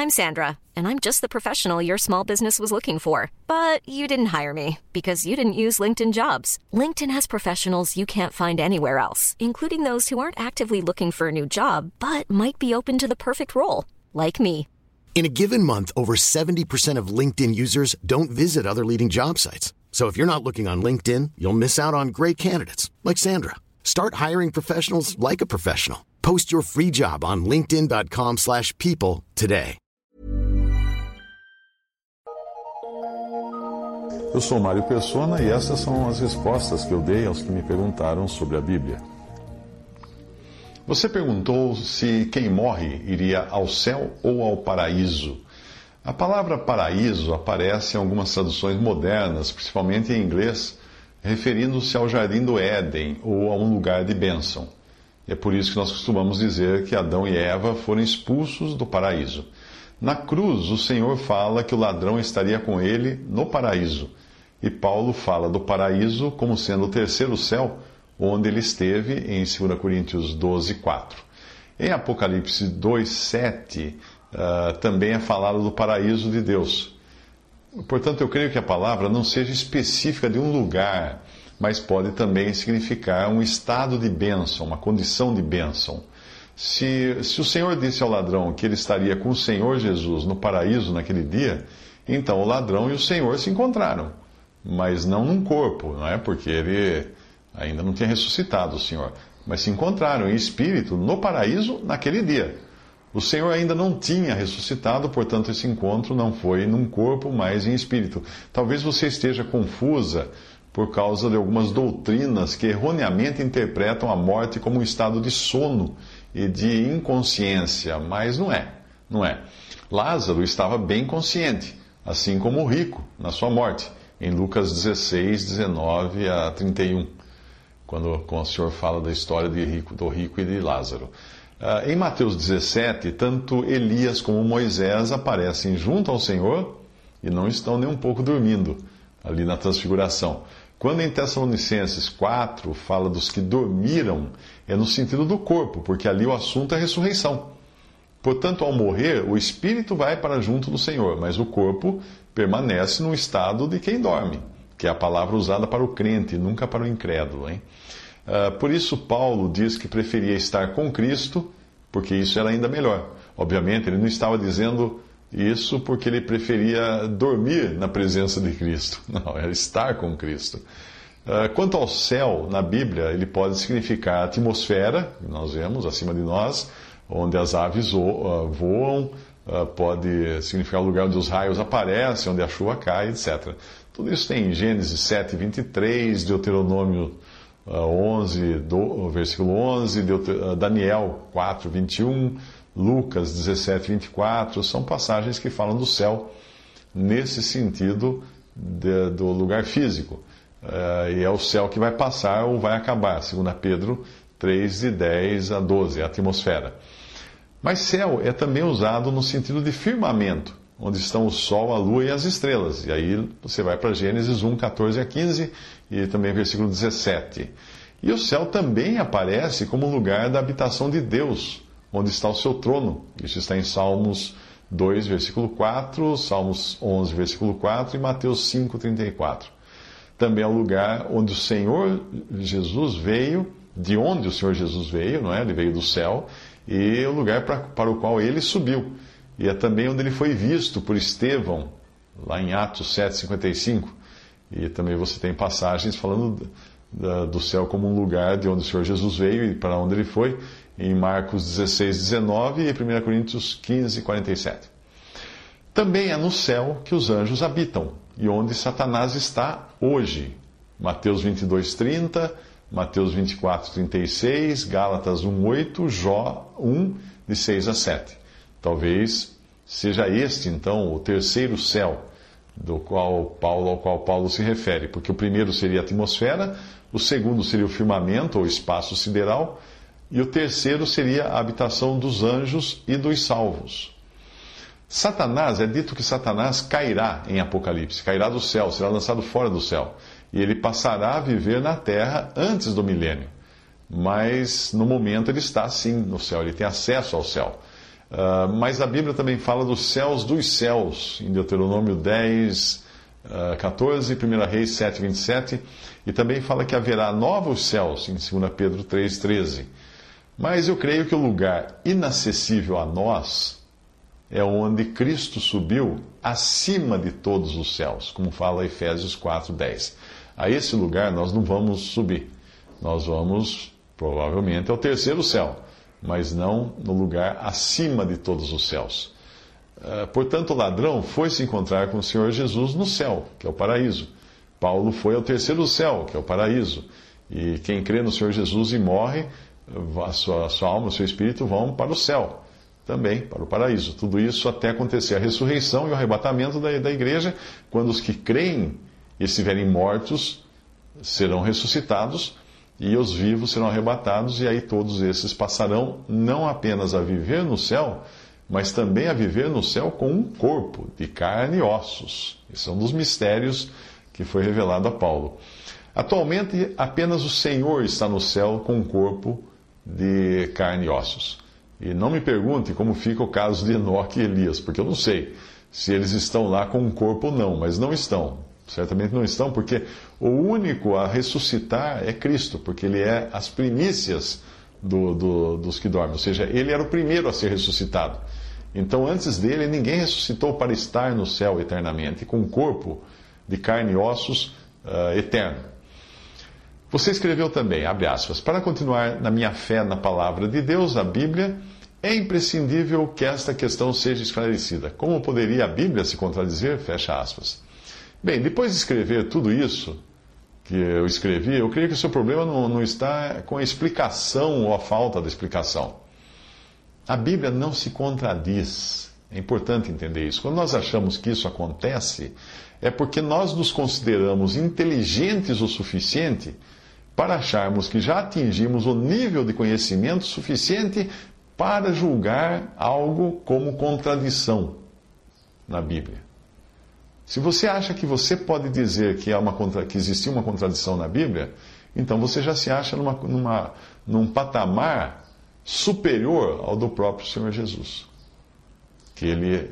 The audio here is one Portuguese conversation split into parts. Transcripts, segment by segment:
I'm Sandra, and I'm just the professional your small business was looking for. But you didn't hire me because you didn't use LinkedIn Jobs. LinkedIn has professionals you can't find anywhere else, including those who aren't actively looking for a new job, but might be open to the perfect role, like me. In a given month, over 70% of LinkedIn users don't visit other leading job sites. So if you're not looking on LinkedIn, you'll miss out on great candidates like Sandra. Start hiring professionals like a professional. Post your free job on linkedin.com/people today. Eu sou Mário Persona e essas são as respostas que eu dei aos que me perguntaram sobre a Bíblia. Você perguntou se quem morre iria ao céu ou ao paraíso. A palavra paraíso aparece em algumas traduções modernas, principalmente em inglês, referindo-se ao Jardim do Éden ou a um lugar de bênção. É por isso que nós costumamos dizer que Adão e Eva foram expulsos do paraíso. Na cruz, o Senhor fala que o ladrão estaria com ele no paraíso. E Paulo fala do paraíso como sendo o terceiro céu, onde ele esteve em 2 Coríntios 12, 4. Em Apocalipse 2, 7, também é falado do paraíso de Deus. Portanto, eu creio que a palavra não seja específica de um lugar, mas pode também significar um estado de bênção, uma condição de bênção. Se o Senhor disse ao ladrão que ele estaria com o Senhor Jesus no paraíso naquele dia, então o ladrão e o Senhor se encontraram, mas não num corpo, não é? Porque ele ainda não tinha ressuscitado, o Senhor, mas se encontraram em espírito no paraíso naquele dia. O Senhor ainda não tinha ressuscitado, portanto esse encontro não foi num corpo, mas em espírito. Talvez você esteja confusa por causa de algumas doutrinas que erroneamente interpretam a morte como um estado de sono e de inconsciência, mas não é. Lázaro estava bem consciente, assim como o rico, na sua morte, em Lucas 16, 19 a 31, quando o Senhor fala da história do rico e de Lázaro. Em Mateus 17, tanto Elias como Moisés aparecem junto ao Senhor e não estão nem um pouco dormindo ali na transfiguração. Quando em Tessalonicenses 4 fala dos que dormiram, é no sentido do corpo, porque ali o assunto é ressurreição. Portanto, ao morrer, o espírito vai para junto do Senhor, mas o corpo permanece no estado de quem dorme, que é a palavra usada para o crente, nunca para o incrédulo, hein? Por isso, Paulo diz que preferia estar com Cristo, porque isso era ainda melhor. Obviamente, ele não estava dizendo isso porque ele preferia dormir na presença de Cristo. Não, era estar com Cristo. Quanto ao céu, na Bíblia, ele pode significar a atmosfera, que nós vemos acima de nós, onde as aves voam, pode significar o lugar onde os raios aparecem, onde a chuva cai, etc. Tudo isso tem em Gênesis 7, 23, Deuteronômio 11, versículo 11, Daniel 4, 21, Lucas 17, 24, são passagens que falam do céu nesse sentido do lugar físico. E é o céu que vai passar ou vai acabar, segundo Pedro 3, de 10 a 12, a atmosfera. Mas céu é também usado no sentido de firmamento, onde estão o sol, a lua e as estrelas. E aí você vai para Gênesis 1, 14 a 15 e também versículo 17. E o céu também aparece como lugar da habitação de Deus, onde está o seu trono. Isso está em Salmos 2, versículo 4, Salmos 11, versículo 4 e Mateus 5, 34. Também é o lugar onde o Senhor Jesus veio, de onde o Senhor Jesus veio, não é? Ele veio do céu, e o lugar para o qual ele subiu. E é também onde ele foi visto por Estevão, lá em Atos 7, 55. E também você tem passagens falando do céu como um lugar de onde o Senhor Jesus veio e para onde ele foi, em Marcos 16, 19 e 1 Coríntios 15, 47. Também é no céu que os anjos habitam, e onde Satanás está hoje. Mateus 22, 30, Mateus 24, 36, Gálatas 1, 8, Jó 1, de 6 a 7. Talvez seja este, então, o terceiro céu ao qual Paulo se refere, porque o primeiro seria a atmosfera, o segundo seria o firmamento, ou espaço sideral, e o terceiro seria a habitação dos anjos e dos salvos. Satanás, é dito que Satanás cairá em Apocalipse, cairá do céu, será lançado fora do céu, e ele passará a viver na terra antes do milênio. Mas, no momento, ele está sim no céu, ele tem acesso ao céu. Mas a Bíblia também fala dos céus dos céus, em Deuteronômio 10, 14, 1 Reis 7, 27, e também fala que haverá novos céus, em 2 Pedro 3, 13. Mas eu creio que o lugar inacessível a nós é onde Cristo subiu acima de todos os céus, como fala Efésios 4, 10. A esse lugar nós não vamos subir. Nós vamos, provavelmente, ao terceiro céu, mas não no lugar acima de todos os céus. Portanto, o ladrão foi se encontrar com o Senhor Jesus no céu, que é o paraíso. Paulo foi ao terceiro céu, que é o paraíso. E quem crê no Senhor Jesus e morre, a sua alma, o seu espírito vão para o céu, também para o paraíso. Tudo isso até acontecer a ressurreição e o arrebatamento da igreja, quando os que creem e estiverem mortos serão ressuscitados e os vivos serão arrebatados, e aí todos esses passarão não apenas a viver no céu, mas também a viver no céu com um corpo de carne e ossos. Esse é um dos mistérios que foi revelado a Paulo. Atualmente, apenas o Senhor está no céu com um corpo de carne e ossos. E não me pergunte como fica o caso de Enoque e Elias, porque eu não sei se eles estão lá com um corpo ou não, mas não estão. Certamente não estão, porque o único a ressuscitar é Cristo, porque ele é as primícias dos que dormem, ou seja, ele era o primeiro a ser ressuscitado. Então, antes dele, ninguém ressuscitou para estar no céu eternamente, com um corpo de carne e ossos eterno. Você escreveu também, abre aspas, para continuar na minha fé na palavra de Deus, a Bíblia, é imprescindível que esta questão seja esclarecida. Como poderia a Bíblia se contradizer? Fecha aspas. Bem, depois de escrever tudo isso que eu escrevi, eu creio que o seu problema não está com a explicação ou a falta da explicação. A Bíblia não se contradiz. É importante entender isso. Quando nós achamos que isso acontece, é porque nós nos consideramos inteligentes o suficiente para acharmos que já atingimos o nível de conhecimento suficiente para julgar algo como contradição na Bíblia. Se você acha que você pode dizer que existia uma contradição na Bíblia, então você já se acha num patamar superior ao do próprio Senhor Jesus. Que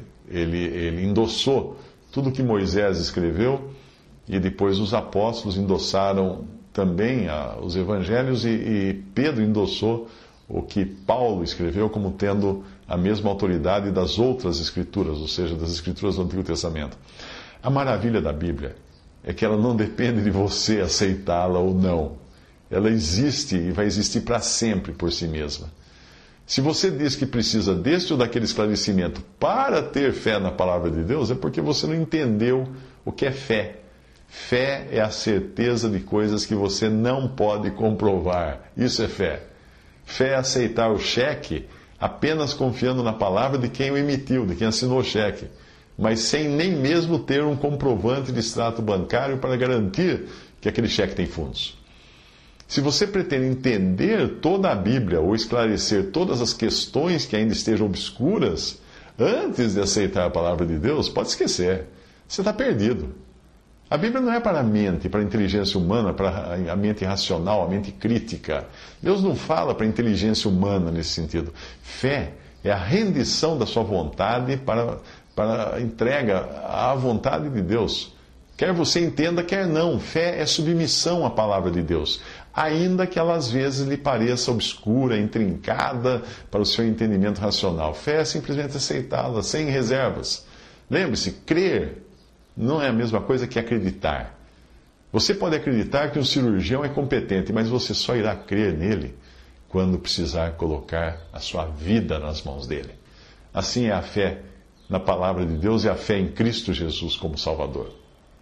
ele endossou tudo que Moisés escreveu e depois os apóstolos endossaram também os evangelhos e Pedro endossou o que Paulo escreveu como tendo a mesma autoridade das outras escrituras, ou seja, das escrituras do Antigo Testamento. A maravilha da Bíblia é que ela não depende de você aceitá-la ou não. Ela existe e vai existir para sempre por si mesma. Se você diz que precisa deste ou daquele esclarecimento para ter fé na palavra de Deus, é porque você não entendeu o que é fé. Fé é a certeza de coisas que você não pode comprovar. Isso é fé. Fé é aceitar o cheque apenas confiando na palavra de quem o emitiu, de quem assinou o cheque, mas sem nem mesmo ter um comprovante de extrato bancário para garantir que aquele cheque tem fundos. Se você pretende entender toda a Bíblia ou esclarecer todas as questões que ainda estejam obscuras antes de aceitar a palavra de Deus, pode esquecer. Você está perdido. A Bíblia não é para a mente, para a inteligência humana, para a mente racional, a mente crítica. Deus não fala para a inteligência humana nesse sentido. Fé é a rendição da sua vontade para a entrega à vontade de Deus. Quer você entenda, quer não. Fé é submissão à palavra de Deus, ainda que ela às vezes lhe pareça obscura, intrincada para o seu entendimento racional. Fé é simplesmente aceitá-la, sem reservas. Lembre-se, crer não é a mesma coisa que acreditar. Você pode acreditar que um cirurgião é competente, mas você só irá crer nele quando precisar colocar a sua vida nas mãos dele. Assim é a fé na palavra de Deus e a fé em Cristo Jesus como Salvador.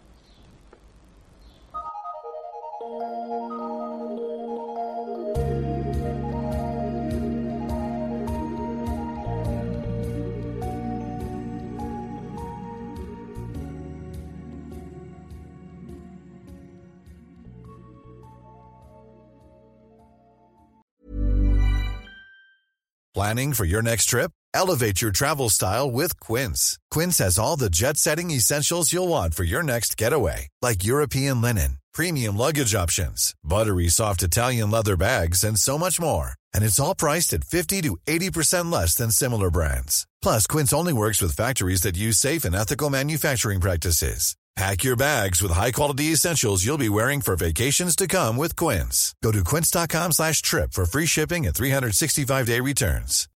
Planning for your next trip? Elevate your travel style with Quince. Quince has all the jet-setting essentials you'll want for your next getaway, like European linen, premium luggage options, buttery soft Italian leather bags, and so much more. And it's all priced at 50 to 80% less than similar brands. Plus, Quince only works with factories that use safe and ethical manufacturing practices. Pack your bags with high-quality essentials you'll be wearing for vacations to come with Quince. Go to quince.com/trip for free shipping and 365-day returns.